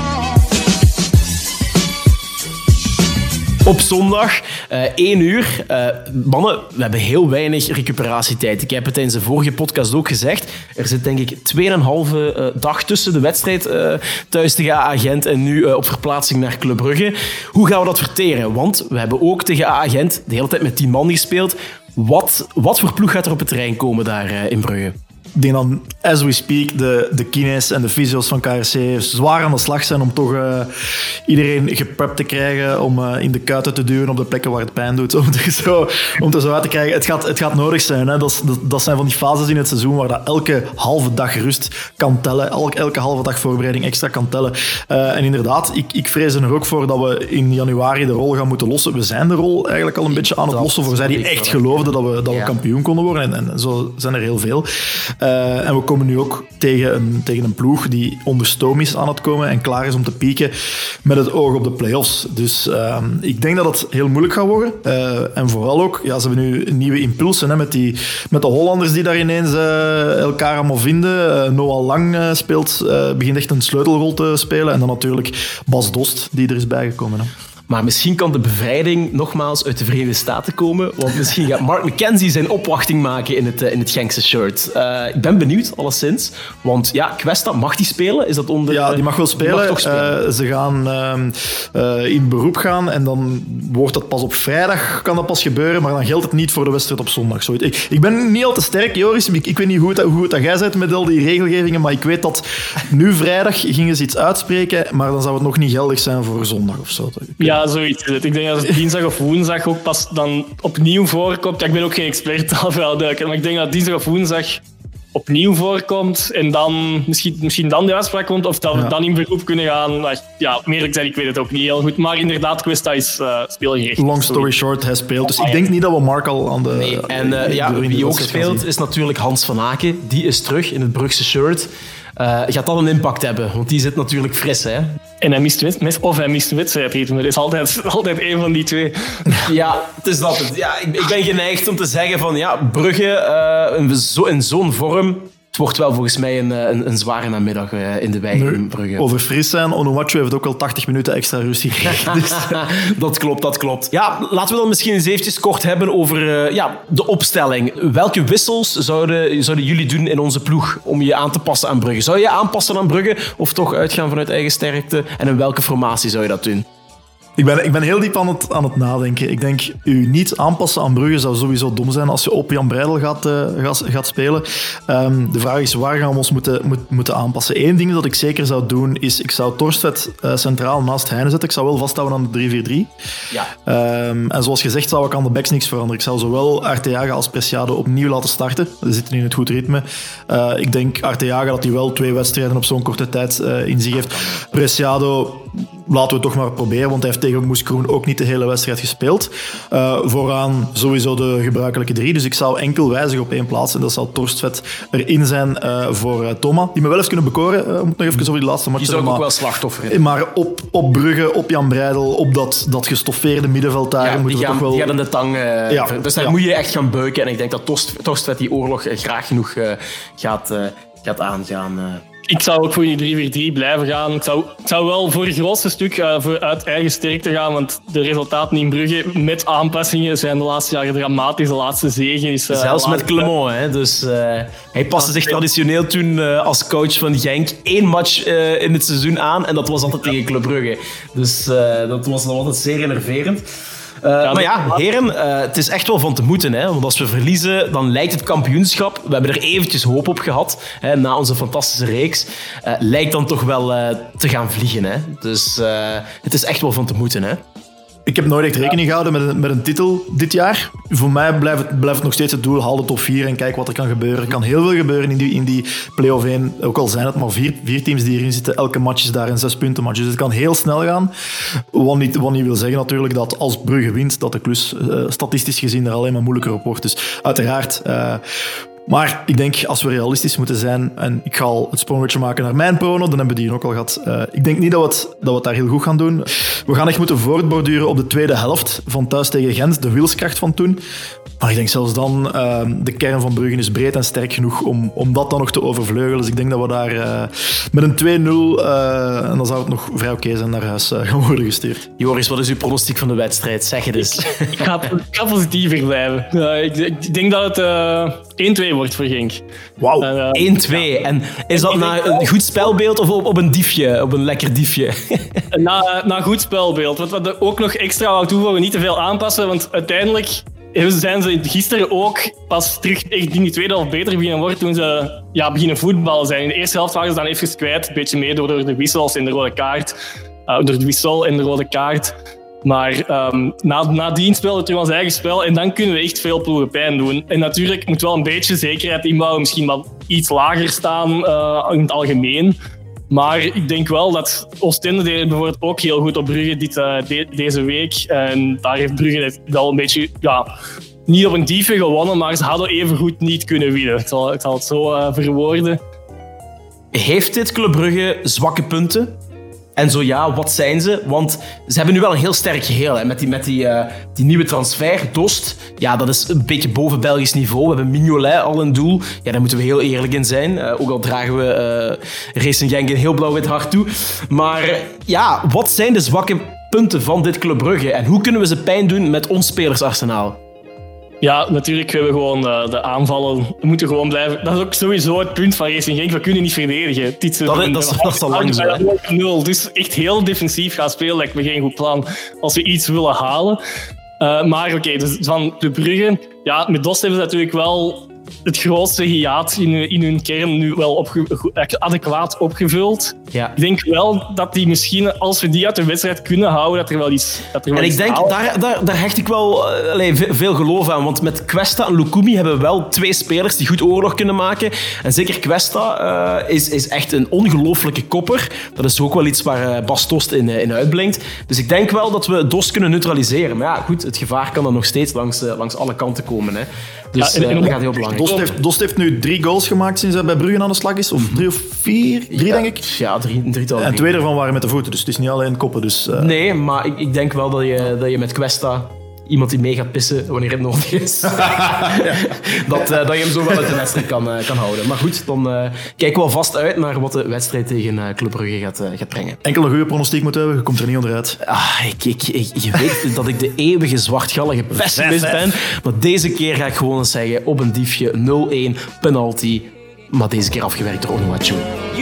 Op zondag, uh, één uur. Uh, mannen, we hebben heel weinig recuperatietijd. Ik heb het tijdens de vorige podcast ook gezegd. Er zit denk ik tweeënhalve uh, dag tussen de wedstrijd uh, thuis tegen A A Gent en nu uh, op verplaatsing naar Club Brugge. Hoe gaan we dat verteren? Want we hebben ook tegen A A Gent de hele tijd met tien man gespeeld. Wat, wat voor ploeg gaat er op het terrein komen daar uh, in Brugge? Ik denk dan, as we speak, de, de kines en de fysio's van K R C zwaar aan de slag zijn om toch uh, iedereen geprept te krijgen om uh, in de kuiten te duwen op de plekken waar het pijn doet. Om er zo, om er zo uit te krijgen. Het gaat, het gaat nodig zijn. Hè. Dat, dat, dat zijn van die fases in het seizoen waar dat elke halve dag rust kan tellen. Elke, elke halve dag voorbereiding extra kan tellen. Uh, en inderdaad, ik, ik vrees er ook voor dat we in januari de rol gaan moeten lossen. We zijn de rol eigenlijk al een beetje aan het lossen voor zij die echt geloofden dat we, dat we ja. kampioen konden worden. En, en zo zijn er heel veel. Uh, en we komen nu ook tegen een, tegen een ploeg die onder stoom is aan het komen en klaar is om te pieken met het oog op de play-offs. Dus uh, ik denk dat het heel moeilijk gaat worden. Uh, en vooral ook, ja, ze hebben nu nieuwe impulsen hè, met, die, met de Hollanders die daar ineens uh, elkaar allemaal vinden. Uh, Noah Lang uh, speelt, uh, begint echt een sleutelrol te spelen. En dan natuurlijk Bas Dost, die er is bijgekomen. Hè. Maar misschien kan de bevrijding nogmaals uit de Verenigde Staten komen. Want misschien gaat Mark McKenzie zijn opwachting maken in het, in het Genkse shirt. Uh, ik ben benieuwd, alleszins. Want ja, Questa, mag die spelen? Is dat onder, ja, die mag wel spelen. Mag toch spelen? Uh, ze gaan uh, uh, in beroep gaan en dan wordt dat pas op vrijdag kan dat pas gebeuren. Maar dan geldt het niet voor de wedstrijd op zondag. Zo, ik, ik ben niet al te sterk, Joris. Ik, ik weet niet hoe het, hoe het dat jij bent met al die regelgevingen. Maar ik weet dat nu vrijdag gingen ze iets uitspreken. Maar dan zou het nog niet geldig zijn voor zondag of zo. Ja. Ja, zoiets is het. Ik denk dat het dinsdag of woensdag ook pas dan opnieuw voorkomt. Ja, ik ben ook geen expert, al wel duidelijk. Maar ik denk dat dinsdag of woensdag opnieuw voorkomt en dan misschien, misschien dan de uitspraak komt of dat we ja. dan in beroep kunnen gaan. Ja, meer gezegd, ik weet het ook niet heel goed. Maar inderdaad, Questa is uh, speelgericht. Long story short, hij speelt. Dus ik denk niet dat we Mark al aan de... Nee. En uh, ja, wie ook speelt is natuurlijk Hans van Aken. Die is terug in het Brugse shirt. Uh, gaat dat een impact hebben? Want die zit natuurlijk fris, hè? En hij mist wedstrijd, of hij mist wedstrijdritme. Dat is altijd, altijd één van die twee. Ja, het is dat. Ja, ik, ik ben geneigd om te zeggen van ja, Brugge uh, in, zo, in zo'n vorm. Het wordt wel volgens mij een, een, een zware namiddag uh, in de wijk nee, in Brugge. Over fris zijn, Onuachu heeft ook al tachtig minuten extra rust gekregen. Dus. Dat klopt, dat klopt. Ja, laten we dan misschien eens eventjes kort hebben over uh, ja, de opstelling. Welke wissels zouden, zouden jullie doen in onze ploeg om je aan te passen aan Brugge? Zou je je aanpassen aan Brugge of toch uitgaan vanuit eigen sterkte? En in welke formatie zou je dat doen? Ik ben, ik ben heel diep aan het, aan het nadenken. Ik denk, u niet aanpassen aan Brugge zou sowieso dom zijn als je op Jan Breidel gaat, uh, gaat, gaat spelen. Um, de vraag is, waar gaan we ons moeten, moet, moeten aanpassen? Eén ding dat ik zeker zou doen, is ik zou Torstvet uh, centraal naast Heine zetten. Ik zou wel vasthouden aan de drie vier drie. Ja. Um, en zoals gezegd zou ik aan de backs niks veranderen. Ik zou zowel Arteaga als Preciado opnieuw laten starten. Ze zitten in het goed ritme. Uh, ik denk Arteaga dat hij wel twee wedstrijden op zo'n korte tijd uh, in zich heeft. Preciado laten we het toch maar proberen, want hij heeft tegen Moes Kroen ook niet de hele wedstrijd gespeeld. Uh, vooraan sowieso de gebruikelijke drie, dus ik zou enkel wijzigen op één plaats en dat zal Torstvet erin zijn uh, voor uh, Thomas, die me wel eens kunnen bekoren. Uh, moet nog even over die laatste match. Die zou ik maar, ook wel slachtoffer in. Maar op, op Brugge, op Jan Breidel, op dat, dat gestoffeerde middenveld daar, ja, moeten we gaan, toch wel... die gaan in de tang. Uh, ja, dus daar ja. moet je echt gaan beuken en ik denk dat Torstvet die oorlog uh, graag genoeg uh, gaat, uh, gaat aangaan. Uh. Ik zou ook voor die drie vier drie blijven gaan. Ik zou, ik zou wel voor het grootste stuk uh, voor uit eigen sterkte gaan, want de resultaten in Brugge met aanpassingen zijn de laatste jaren dramatisch. De laatste zege is... Uh, Zelfs met Clement, hè. Dus uh, hij paste zich traditioneel toen uh, als coach van Genk één match uh, in het seizoen aan en dat was altijd tegen Club Brugge. Dus uh, dat was nog altijd zeer enerverend. Uh, ja, maar ja, heren, uh, het is echt wel van te moeten. Hè? Want als we verliezen, dan lijkt het kampioenschap... We hebben er eventjes hoop op gehad, hè, na onze fantastische reeks. Uh, lijkt dan toch wel uh, te gaan vliegen. Hè? Dus uh, het is echt wel van te moeten. Hè? Ik heb nooit echt rekening gehouden met een, met een titel dit jaar. Voor mij blijft het, blijft het nog steeds het doel. Haal de top vier en kijk wat er kan gebeuren. Er kan heel veel gebeuren in die, in die play-off één. Ook al zijn het maar vier, vier teams die erin zitten. Elke match is daar een zes punten match. Dus het kan heel snel gaan. Wat niet, wat niet wil zeggen natuurlijk dat als Brugge wint, dat de klus uh, statistisch gezien er alleen maar moeilijker op wordt. Dus uiteraard... Uh, Maar ik denk, als we realistisch moeten zijn, en ik ga al het sprongetje maken naar mijn prono, dan hebben we die ook al gehad. Uh, ik denk niet dat we, het, dat we het daar heel goed gaan doen. We gaan echt moeten voortborduren op de tweede helft van thuis tegen Gent, de wilskracht van toen. Maar ik denk zelfs dan, uh, de kern van Brugge is breed en sterk genoeg om, om dat dan nog te overvleugelen. Dus ik denk dat we daar uh, met een twee nul, uh, en dan zou het nog vrij oké okay zijn, naar huis uh, gaan worden gestuurd. Joris, wat is uw pronostiek van de wedstrijd? Zeg het eens. Ik ga, ik ga positiever blijven. Uh, ik, ik denk dat het uh, één twee wordt voor Genk. Wauw. Uh, één twee. Ja. En is dat na een goed spelbeeld of op, op een diefje? Op een lekker diefje? na, na een goed spelbeeld. Wat we ook nog extra wou toevoegen, niet te veel aanpassen, want uiteindelijk zijn ze gisteren ook pas terug echt in die tweede helft beter beginnen worden toen ze ja, beginnen voetballen zijn. In de eerste helft waren ze dan even kwijt, een beetje mee door, door de wissels en de rode kaart. Uh, door de wissel en de rode kaart. Maar um, na, nadien speelde het terug ons eigen spel en dan kunnen we echt veel ploegen pijn doen. En natuurlijk moet wel een beetje zekerheid inbouwen, misschien wel iets lager staan uh, in het algemeen. Maar ik denk wel dat Oostende deed bijvoorbeeld ook heel goed op Brugge dit, uh, de, deze week. En daar heeft Brugge wel een beetje... Ja, niet op een diefje gewonnen, maar ze hadden evengoed niet kunnen winnen. Ik zal, ik zal het zo uh, verwoorden. Heeft dit Club Brugge zwakke punten? En zo ja, wat zijn ze? Want ze hebben nu wel een heel sterk geheel. Hè? Met, die, met die, uh, die nieuwe transfer, Dost. Ja, dat is een beetje boven Belgisch niveau. We hebben Mignolet al in doel. Ja, daar moeten we heel eerlijk in zijn. Uh, ook al dragen we uh, Racing Genk een heel blauw-wit hart toe. Maar uh, ja, wat zijn de zwakke punten van dit Club Brugge? En hoe kunnen we ze pijn doen met ons spelersarsenaal? Ja, natuurlijk hebben we gewoon uh, de aanvallen. We moeten gewoon blijven. Dat is ook sowieso het punt van Racing Genk. We kunnen niet verdedigen. Dit dat, is, dat, is, dat is al lang zo. Nul. Dus echt heel defensief gaan spelen lijkt me geen goed plan als we iets willen halen. Uh, maar oké, okay, dus van de Brugge. Ja, met Dost hebben ze natuurlijk wel het grootste hiaat in, in hun kern nu wel opge- adequaat opgevuld. Ja. Ik denk wel dat die misschien, als we die uit de wedstrijd kunnen houden, dat er wel iets dat er wel En iets ik denk, daar, daar, daar hecht ik wel uh, allez, veel geloof aan. Want met Cuesta en Lukumi hebben we wel twee spelers die goed oorlog kunnen maken. En zeker Cuesta uh, is, is echt een ongelooflijke kopper. Dat is ook wel iets waar uh, Bas Dost in, uh, in uitblinkt. Dus ik denk wel dat we Dost kunnen neutraliseren. Maar ja, goed, het gevaar kan dan nog steeds langs, uh, langs alle kanten komen. Hè. Dus ja, en, en, uh, dat gaat heel belangrijk. Dost heeft, Dost heeft nu drie goals gemaakt sinds hij bij Brugge aan de slag is. Of drie of vier? Drie, ja, denk ik. Ja, drie, een drietal. En twee daarvan waren met de voeten, dus het is niet alleen koppen. Dus, uh... Nee, maar ik, ik denk wel dat je, dat je met Cuesta iemand die mee gaat pissen wanneer het nodig is, ja. dat, uh, dat je hem zo wel uit de wedstrijd kan, uh, kan houden. Maar goed, dan uh, kijken we alvast uit naar wat de wedstrijd tegen uh, Club Brugge gaat, uh, gaat brengen. Enkel een goede pronostiek moeten hebben, je komt er niet onderuit. Ah, ik, ik, ik, je weet dat ik de eeuwige zwartgallige pessimist ben, maar deze keer ga ik gewoon eens zeggen, op een diefje, nul één, penalty, maar deze keer afgewerkt door Onuachu.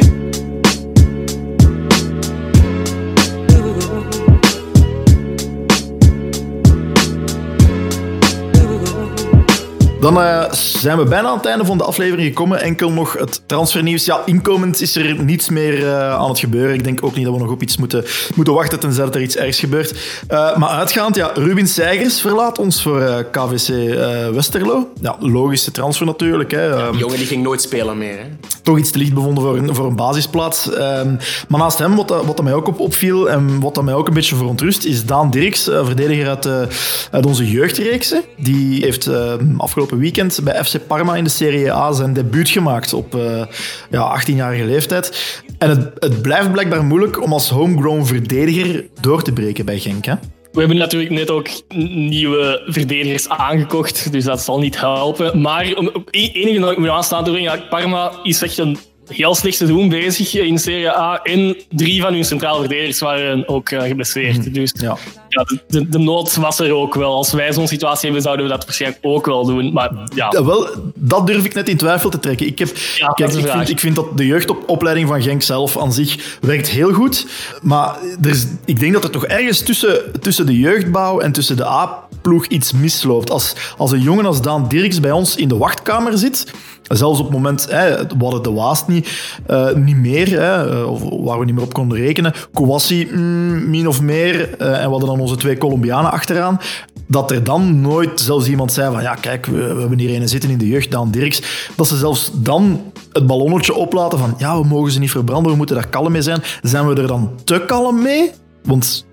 Dan uh, zijn we bijna aan het einde van de aflevering gekomen. Enkel nog het transfernieuws. Ja, inkomend is er niets meer uh, aan het gebeuren. Ik denk ook niet dat we nog op iets moeten, moeten wachten tenzij er iets ergs gebeurt. Uh, maar uitgaand, ja, Ruben Seigers verlaat ons voor uh, K V C uh, Westerlo. Ja, logische transfer natuurlijk. Hè. Ja, die jongen die ging nooit spelen meer. Hè. Toch iets te licht bevonden voor een, voor een basisplaats. Um, maar naast hem, wat, wat dat mij ook op, opviel en wat dat mij ook een beetje verontrust, is Daan Dirks, uh, verdediger uit, uh, uit onze jeugdreeksen. Die heeft uh, afgelopen weekend bij F C Parma in de Serie A zijn debuut gemaakt op uh, ja, achttienjarige leeftijd. En het, het blijft blijkbaar moeilijk om als homegrown verdediger door te breken bij Genk, hè? We hebben natuurlijk net ook nieuwe verdedigers aangekocht, dus dat zal niet helpen. Maar om op enige dat ik moet aanstaan te brengen, ja, Parma is echt een heel slecht seizoen bezig in Serie A en drie van hun centrale verdedigers waren ook uh, geblesseerd. Mm. Dus ja. Ja, de, de nood was er ook wel. Als wij zo'n situatie hebben, zouden we dat waarschijnlijk ook wel doen. Maar, ja. Ja, wel, dat durf ik net in twijfel te trekken. Ik, heb, ja, kijk, ik, vind, ik vind dat de jeugdopleiding van Genk zelf aan zich werkt heel goed. Maar er is, ik denk dat er toch ergens tussen, tussen de jeugdbouw en tussen de A-ploeg iets misloopt. Als, als een jongen als Daan Dirks bij ons in de wachtkamer zit, Zelfs op het moment, hè, we hadden de Waast niet, uh, niet meer, hè, of waar we niet meer op konden rekenen. Kouassi, mm, min of meer. Uh, en we hadden dan onze twee Colombianen achteraan. Dat er dan nooit zelfs iemand zei van ja, kijk, we, we hebben hier een zitten in de jeugd, Daan Dirks. Dat ze zelfs dan het ballonnetje oplaten van ja, we mogen ze niet verbranden, we moeten daar kalm mee zijn. Zijn we er dan te kalm mee? Want...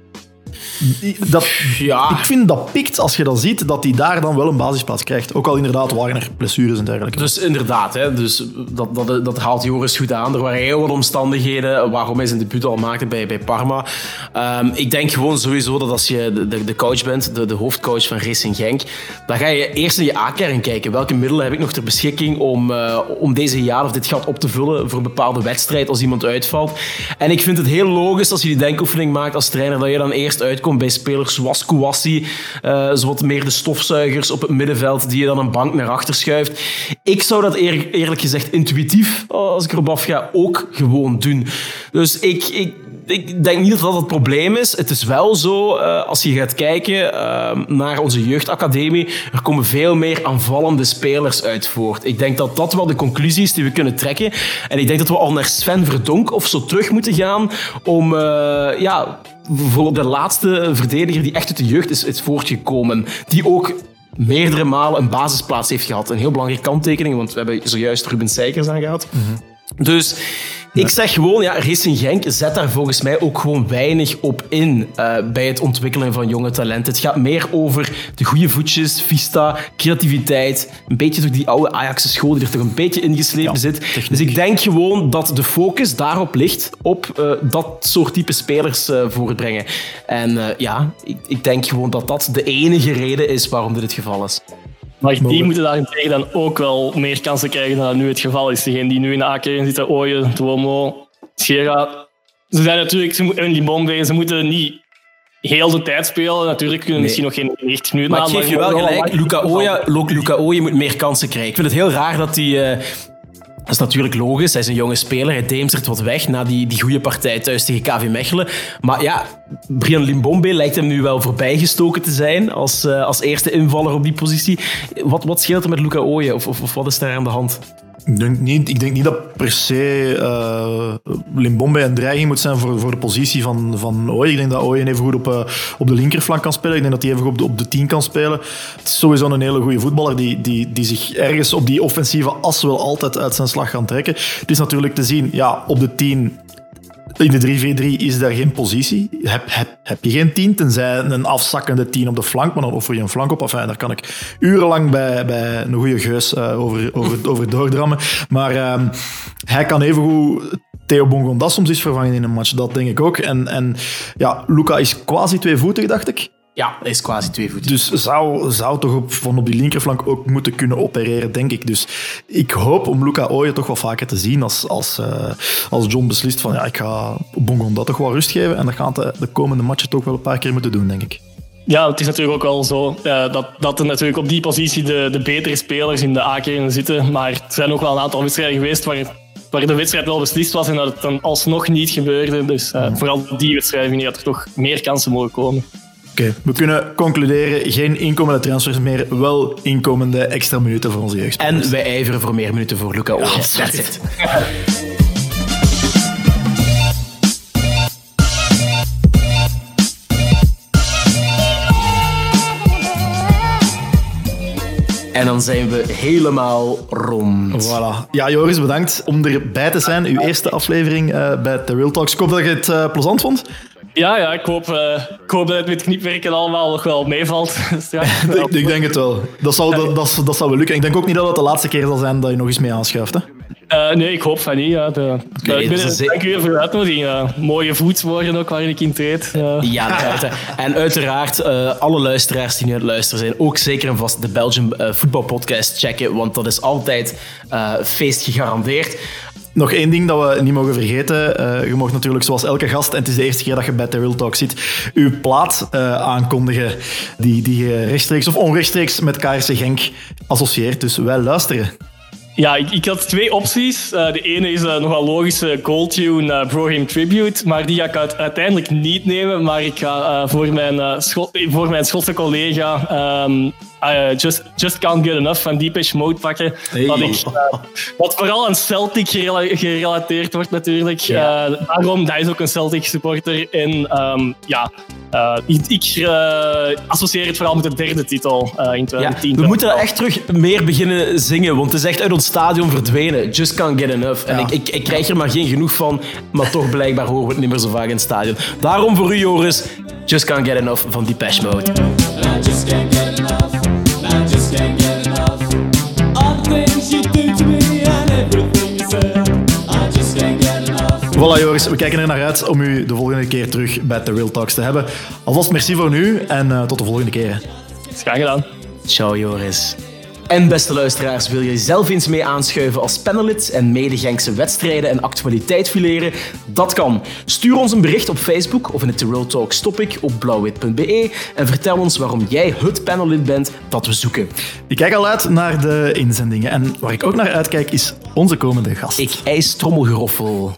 Dat, ja. Ik vind dat pikt als je dan ziet dat hij daar dan wel een basisplaats krijgt. Ook al inderdaad waren er blessures en dergelijke. Dus inderdaad, hè, dus dat, dat, dat haalt Joris goed aan. Er waren heel wat omstandigheden waarom hij zijn debuut al maakte bij, bij Parma. Um, ik denk gewoon sowieso dat als je de, de coach bent, de, de hoofdcoach van Racing Genk, dan ga je eerst in je A-kern kijken. Welke middelen heb ik nog ter beschikking om, uh, om deze jaar of dit gat op te vullen voor een bepaalde wedstrijd als iemand uitvalt. En ik vind het heel logisch als je die denkoefening maakt als trainer, dat je dan eerst uitkomt bij spelers zoals Kouassi, uh, zo wat meer de stofzuigers op het middenveld die je dan een bank naar achter schuift. Ik zou dat eer, eerlijk gezegd intuïtief, als ik erop afga, ook gewoon doen. Dus ik, ik, ik denk niet dat dat het probleem is. Het is wel zo, uh, als je gaat kijken uh, naar onze jeugdacademie, er komen veel meer aanvallende spelers uit voort. Ik denk dat dat wel de conclusie is die we kunnen trekken. En ik denk dat we al naar Sven Verdonk of zo terug moeten gaan om... Uh, ja, voor de laatste verdediger die echt uit de jeugd is, is voortgekomen. Die ook meerdere malen een basisplaats heeft gehad. Een heel belangrijke kanttekening, want we hebben zojuist Ruben Seijkers aangehad. Mm-hmm. Dus ik zeg gewoon, ja, Racing Genk zet daar volgens mij ook gewoon weinig op in uh, bij het ontwikkelen van jonge talenten. Het gaat meer over de goede voetjes, vista, creativiteit. Een beetje door die oude Ajaxse school die er toch een beetje ingeslepen ja, zit. Techniek. Dus ik denk gewoon dat de focus daarop ligt, op uh, dat soort type spelers uh, voortbrengen. En uh, ja, ik, ik denk gewoon dat dat de enige reden is waarom dit het geval is. Maar die moeten daarentegen dan ook wel meer kansen krijgen dan dat nu het geval is. Degenen die nu in de A-kern zitten, Ooyen, Duomo, Schera. Ze zijn natuurlijk, ze moeten, Limbombe, ze moeten niet heel de tijd spelen. Natuurlijk kunnen nee. misschien nog geen negentig minuten aan. Maar ik geef je wel gelijk, Luca Ooyen, Luca Ooyen moet meer kansen krijgen. Ik vind het heel raar dat hij... Uh, Dat is natuurlijk logisch, hij is een jonge speler, hij deemstert wat weg na die, die goede partij thuis tegen K V Mechelen. Maar ja, Brian Limbombe lijkt hem nu wel voorbijgestoken te zijn als, uh, als eerste invaller op die positie. Wat, wat scheelt er met Luca Ooyen of, of, of wat is daar aan de hand? Ik denk niet, ik denk niet dat per se uh, Limbombe een dreiging moet zijn voor, voor de positie van, van Ooyen. Ik denk dat Ooyen even goed op, uh, op de linkerflank kan spelen. Ik denk dat hij even goed op de, op de tien kan spelen. Het is sowieso een hele goede voetballer die, die, die zich ergens op die offensieve as wel altijd uit zijn slag kan trekken. Het is natuurlijk te zien, ja, op de tien... In de drie vier drie is daar geen positie. Heb, heb, heb je geen tien, tenzij een afzakkende tien op de flank, maar dan offer je een flank op. Enfin, daar kan ik urenlang bij, bij een goede geus uh, over, over, over doordrammen. Maar uh, hij kan evengoed Theo Bongonda soms eens vervangen in een match. Dat denk ik ook. En, en ja, Luca is quasi tweevoetig, dacht ik. Ja, hij is quasi tweevoetig. Dus zou, zou toch op, van op die linkerflank ook moeten kunnen opereren, denk ik. Dus ik hoop om Luca Ooyen toch wat vaker te zien als, als, uh, als John beslist van ja, ik ga Bongonda toch wel rust geven. En dat gaat de, de komende matchen toch wel een paar keer moeten doen, denk ik. Ja, het is natuurlijk ook wel zo uh, dat, dat er natuurlijk op die positie de, de betere spelers in de A-kern zitten. Maar er zijn ook wel een aantal wedstrijden geweest waar, waar de wedstrijd wel beslist was en dat het dan alsnog niet gebeurde. Dus uh, vooral die wedstrijden vind ik dat er toch meer kansen mogen komen. Oké, okay, we kunnen concluderen, geen inkomende transfers meer, wel inkomende extra minuten voor onze jeugdspelers. En wij ijveren voor meer minuten voor Luca Ooyen. Ja, that's it. En dan zijn we helemaal rond. Voilà. Ja, Joris, bedankt om erbij te zijn. Uw eerste aflevering uh, bij The Real Talks. Ik hoop dat je het uh, plezant vond. Ja, ja ik, hoop, uh, ik hoop dat het met knipwerken allemaal nog wel meevalt. Dus ja, ik, ik denk het wel. Dat zal, dat, dat, dat zal wel lukken. Ik denk ook niet dat het de laatste keer zal zijn dat je nog eens mee aanschuift. Hè? Uh, nee, ik hoop van niet. Ja. De, okay, de, dus dank u voor de uitnodiging. Uh, mooie voetswoorden ook waarin ik in treed. Uh. Ja, buiten. En uiteraard uh, alle luisteraars die nu aan het luisteren zijn, ook zeker en vast de Belgium uh, voetbalpodcast checken, want dat is altijd uh, feest gegarandeerd. Nog één ding dat we niet mogen vergeten. Uh, je mag natuurlijk zoals elke gast, en het is de eerste keer dat je bij The Real Talk zit, uw plaat uh, aankondigen die, die je rechtstreeks of onrechtstreeks met K R C Genk associeert. Dus wij luisteren. Ja, ik, ik had twee opties. Uh, de ene is een nogal logische goaltune, uh, Brohim Tribute, maar die ga ik uit, uiteindelijk niet nemen. Maar ik ga uh, voor, mijn, uh, Schot, voor mijn Schotse collega um, uh, just, just Can't Get Enough van Depeche Mode pakken. Hey. Wat, ik, uh, wat vooral aan Celtic gerela- gerelateerd wordt natuurlijk. Ja. Uh, daarom, hij is ook een Celtic supporter. En um, ja, uh, ik, ik uh, associeer het vooral met de derde titel uh, in twintig tien. Ja, we moeten dat echt terug meer beginnen zingen, want het is echt uit ons stadion verdwenen. Just Can't Get Enough. En Ja. ik, ik, ik krijg er maar geen genoeg van, maar toch blijkbaar horen we het niet meer zo vaak in het stadion. Daarom voor u, Joris, Just Can't Get Enough van Depeche Mode. I just can't get enough. I just can't get enough. All the things you do to me and everything you said. I just can't get enough. Voilà Joris, we kijken er naar uit om u de volgende keer terug bij The Real Talks te hebben. Alvast merci voor nu en uh, tot de volgende keer. Is graag gedaan. Ciao, Joris. En beste luisteraars, wil je zelf eens mee aanschuiven als panelid en mede-Genkse wedstrijden en actualiteit fileren? Dat kan. Stuur ons een bericht op Facebook of in het The Real Talks topic op blauwwit punt b e en vertel ons waarom jij het panelid bent dat we zoeken. Ik kijk al uit naar de inzendingen en waar ik ook naar uitkijk is onze komende gast. Ik eis trommelgeroffel.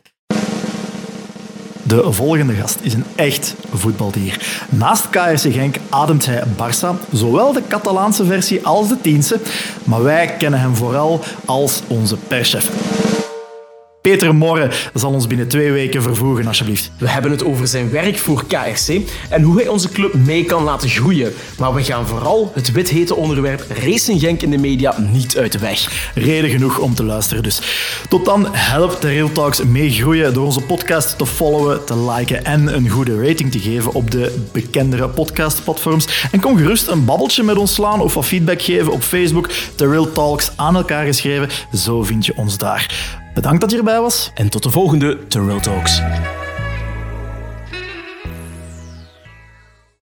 De volgende gast is een echt voetbaldier. Naast K R C Genk ademt hij Barça, zowel de Catalaanse versie als de Tiense, maar wij kennen hem vooral als onze perschef. Peter Morre zal ons binnen twee weken vervoegen, alsjeblieft. We hebben het over zijn werk voor K R C en hoe hij onze club mee kan laten groeien. Maar we gaan vooral het withete onderwerp Racing Genk in de media niet uit de weg. Reden genoeg om te luisteren dus. Tot dan, help de Real Talks meegroeien door onze podcast te followen, te liken en een goede rating te geven op de bekendere podcastplatforms. En kom gerust een babbeltje met ons slaan of wat feedback geven op Facebook. The Real Talks aan elkaar geschreven, zo vind je ons daar. Bedankt dat je erbij was. En tot de volgende The Real Talks.